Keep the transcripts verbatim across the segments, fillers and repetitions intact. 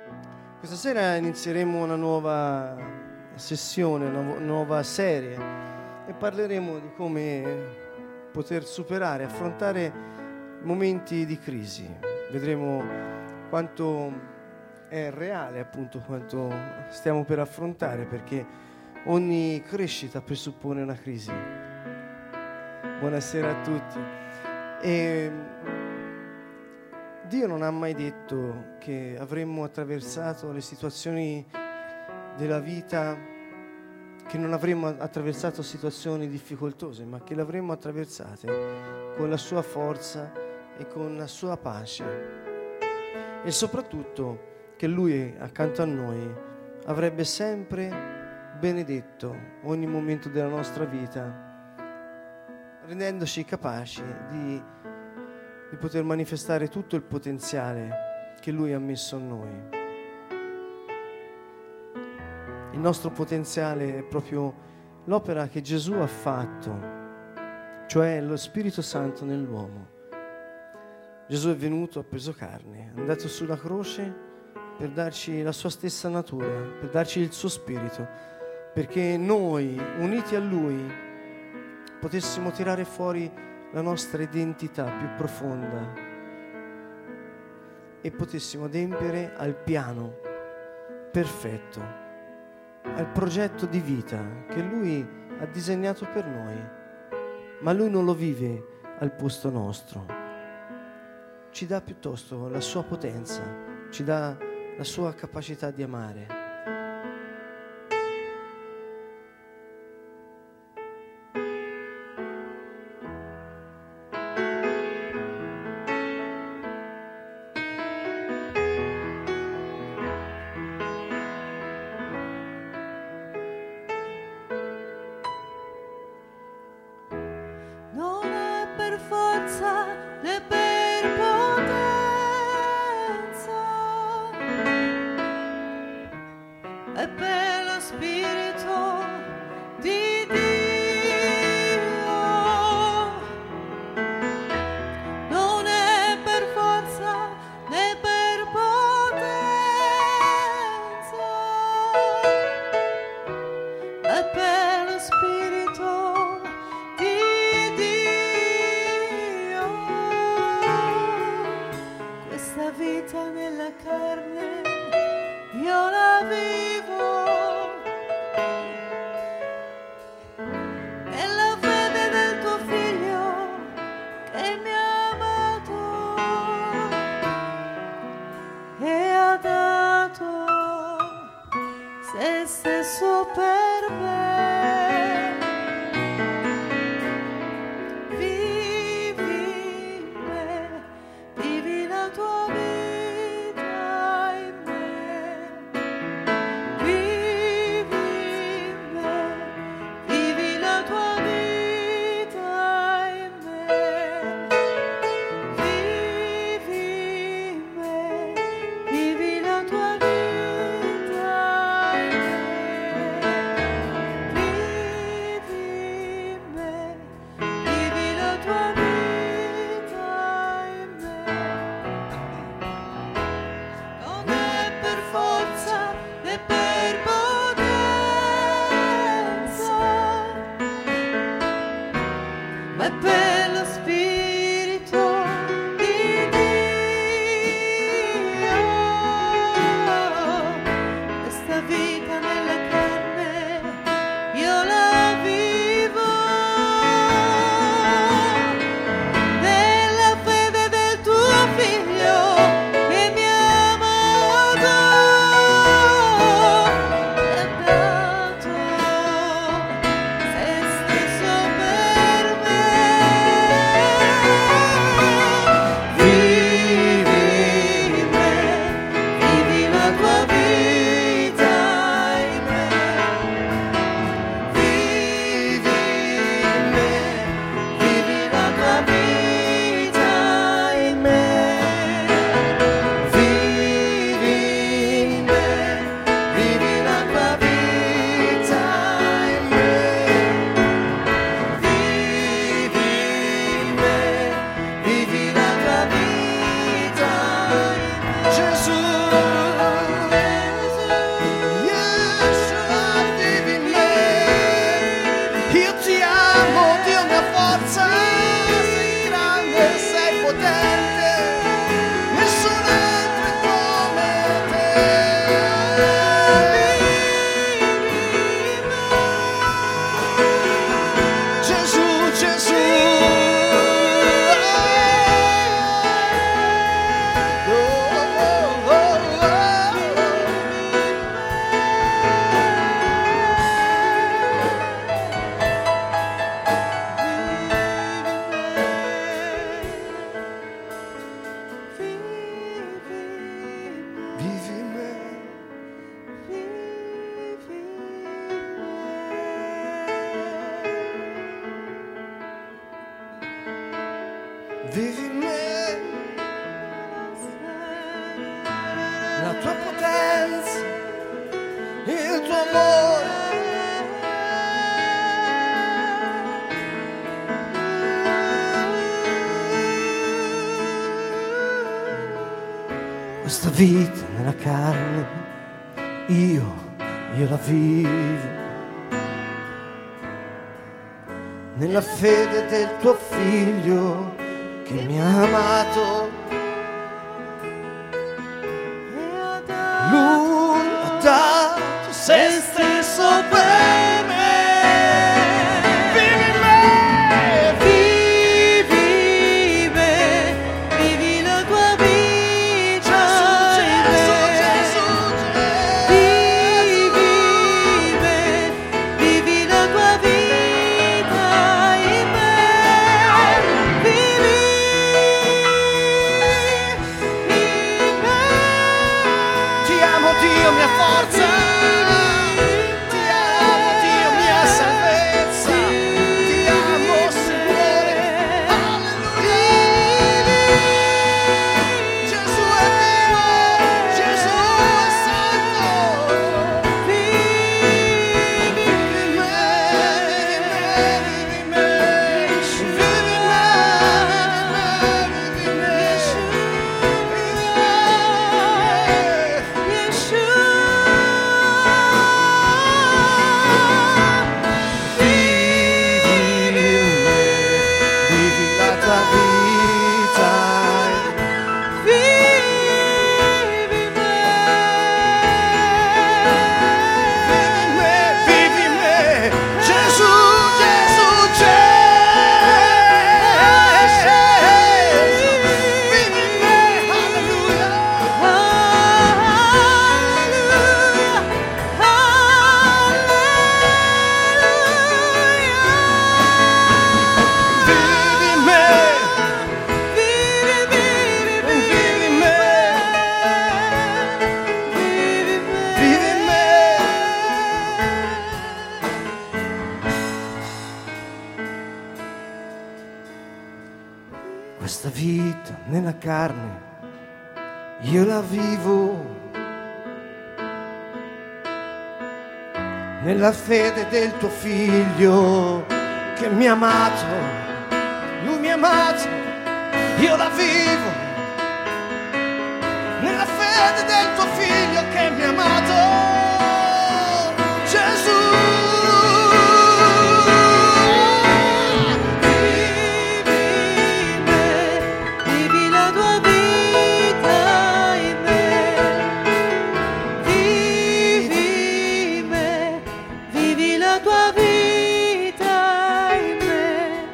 Questa sera inizieremo una nuova sessione, una nu- nuova serie e parleremo di come poter superare, affrontare momenti di crisi. Vedremo quanto è reale, appunto, quanto stiamo per affrontare, perché ogni crescita presuppone una crisi. Buonasera a tutti. E Dio non ha mai detto che avremmo attraversato le situazioni della vita, che non avremmo attraversato situazioni difficoltose, ma che le avremmo attraversate con la sua forza e con la sua pace. E soprattutto che Lui accanto a noi avrebbe sempre benedetto ogni momento della nostra vita, rendendoci capaci di di poter manifestare tutto il potenziale che Lui ha messo in noi. Il nostro potenziale è proprio l'opera che Gesù ha fatto, cioè lo Spirito Santo nell'uomo. Gesù è venuto, ha preso carne, è andato sulla croce per darci la sua stessa natura, per darci il suo Spirito, perché noi, uniti a Lui, potessimo tirare fuori la nostra identità più profonda e potessimo adempiere al piano perfetto, al progetto di vita che Lui ha disegnato per noi, ma Lui non lo vive al posto nostro, ci dà piuttosto la sua potenza, ci dà la sua capacità di amare. la tua potenza, il tuo amore. Questa vita nella carne, io, io la vivo, nella fede del tuo figlio che mi ha amato. Lui ha dato se stesso per me. Vivi me, Vivi me, vivi la tua vita in me. Vivi me, vivi la tua vita in me. Vivi in me. ti amo Dio, mia forza. Ti amo Dio, mia salvezza. Ti amo Signore. Alleluia. Gesù è vivo, Gesù è santo. Vivi me, vivi me, vivi me, vivi me, vivi me. Vivi la tua vita. Vivi me, vivi me. Gesù, Gesù, Gesù. Vivi me, alleluia. Vivi me, vivi me, vivi me. Questa vita nella carne, io la vivo nella fede del tuo figlio che mi ha amato. Lui mi ha amato, io la vivo nella fede del tuo figlio che mi ha amato. Gesù. Vivi me, vivi la tua vita in me. Vivi me, vivi la tua vita in me.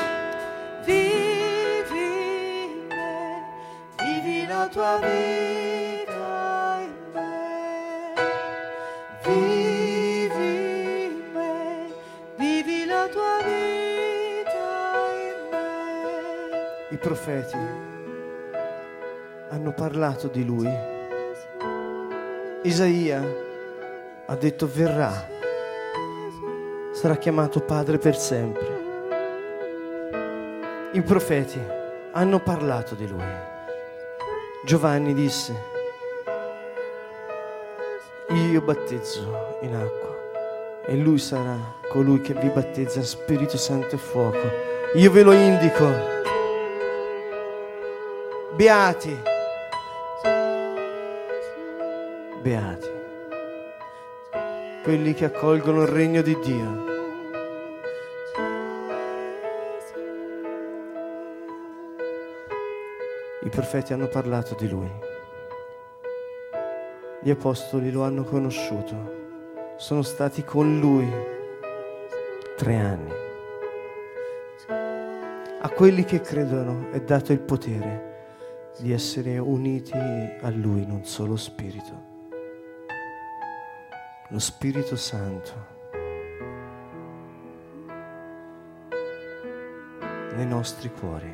Vivi me, vivi la tua vita in me. Vivi me, vivi la tua vita in me. I profeti hanno parlato di lui. Isaia ha detto verrà, sarà chiamato padre per sempre. I profeti hanno parlato di lui. Giovanni disse: io battezzo in acqua e lui sarà colui che vi battezza Spirito Santo e fuoco. Io ve lo indico. Beati, beati quelli che accolgono il regno di Dio. I profeti hanno parlato di lui. Gli apostoli lo hanno conosciuto. Sono stati con lui tre anni. A quelli che credono è dato il potere di essere uniti a lui in un solo spirito. Lo Spirito Santo nei nostri cuori.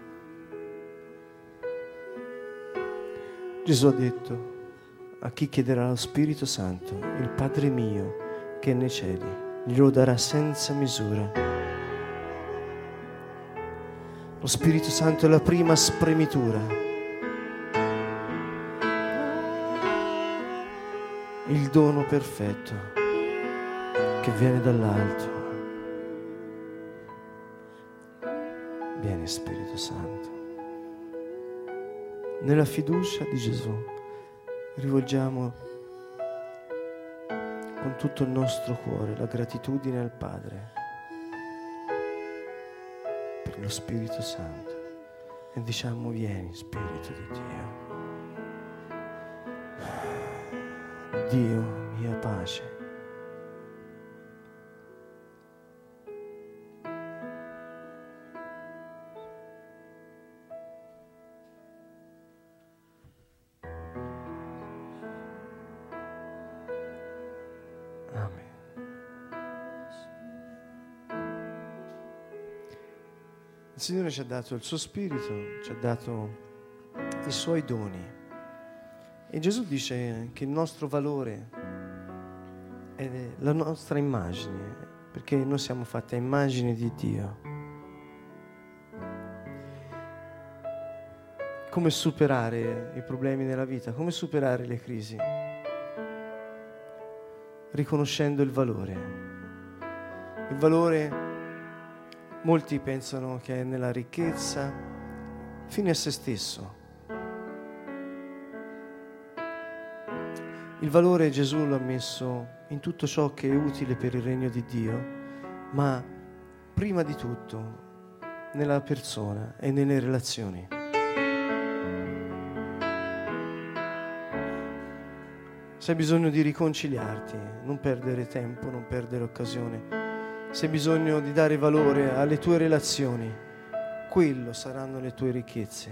Gesù ha detto a chi chiederà lo Spirito Santo, il Padre mio che è nei cieli glielo darà senza misura. Lo Spirito Santo è la prima spremitura. il dono perfetto che viene dall'alto. Vieni Spirito Santo. Nella fiducia di Gesù rivolgiamo con tutto il nostro cuore la gratitudine al Padre per lo Spirito Santo e diciamo: vieni Spirito di Dio, Dio mia pace. Il Signore ci ha dato il suo Spirito, ci ha dato i suoi doni. E Gesù dice che il nostro valore è la nostra immagine, perché noi siamo fatti a immagine di Dio. Come superare i problemi nella vita? Come superare le crisi? Riconoscendo il valore. Il valore... Molti pensano che è nella ricchezza, fine a se stesso. Il valore Gesù l'ha messo in tutto ciò che è utile per il regno di Dio, ma prima di tutto nella persona e nelle relazioni. Se hai bisogno di riconciliarti, non perdere tempo, non perdere occasione. Se hai bisogno di dare valore alle tue relazioni, quello saranno le tue ricchezze.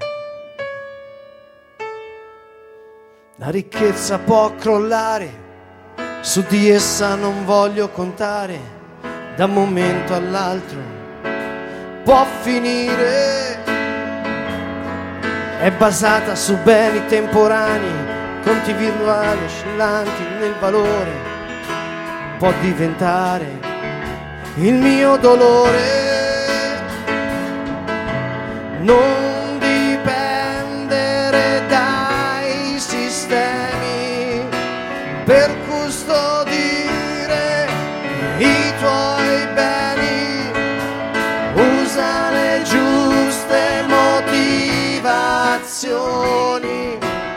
La ricchezza può crollare, su di essa non voglio contare, da un momento all'altro può finire. È basata su beni temporanei, conti virtuali oscillanti nel valore, può diventare il mio dolore. Non dipendere dai sistemi per custodire i tuoi beni, usa le giuste motivazioni,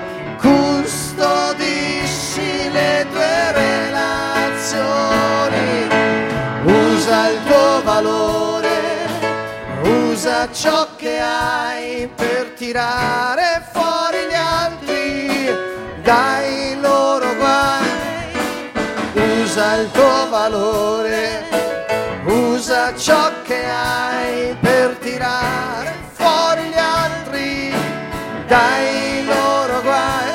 custodisci le tue relazioni. Usa il tuo valore, usa ciò che hai per tirare fuori gli altri dai loro guai. Usa il tuo valore, usa ciò che hai per tirare fuori gli altri dai loro guai.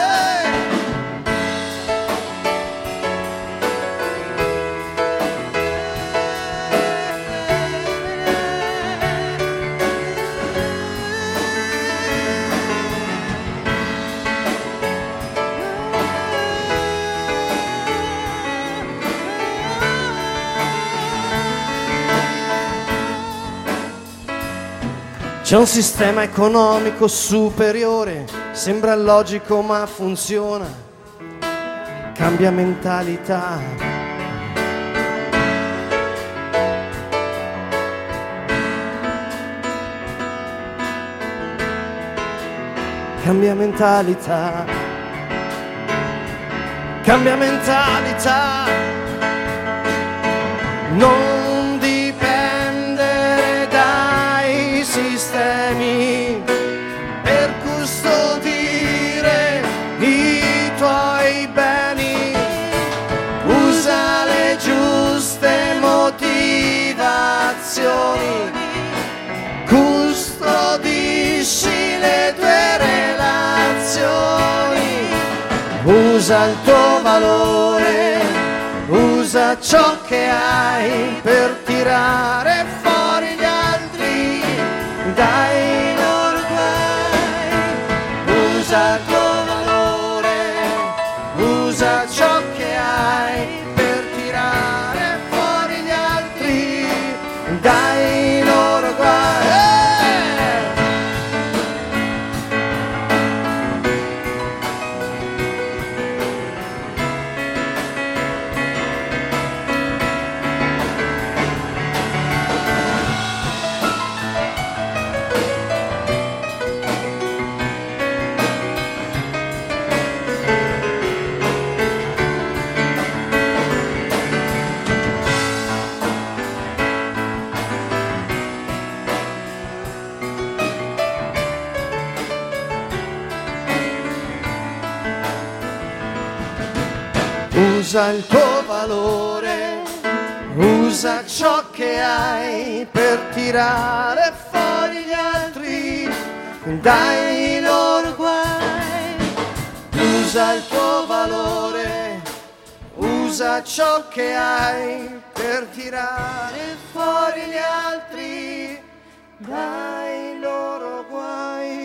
C'è un sistema economico superiore, sembra logico ma funziona. Cambia mentalità. Cambia mentalità. Cambia mentalità. Non sistemi per custodire i tuoi beni, usa le giuste motivazioni, custodisci le tue relazioni, usa il tuo valore, usa ciò che hai per tirare fuori gli altri dai loro guai. Usa il tuo valore, usa ciò che hai per tirare fuori gli altri dai loro guai. Usa il tuo valore, usa ciò che hai per tirare fuori gli altri dai loro guai. Usa il tuo valore, usa ciò che hai per tirare fuori gli altri dai loro guai.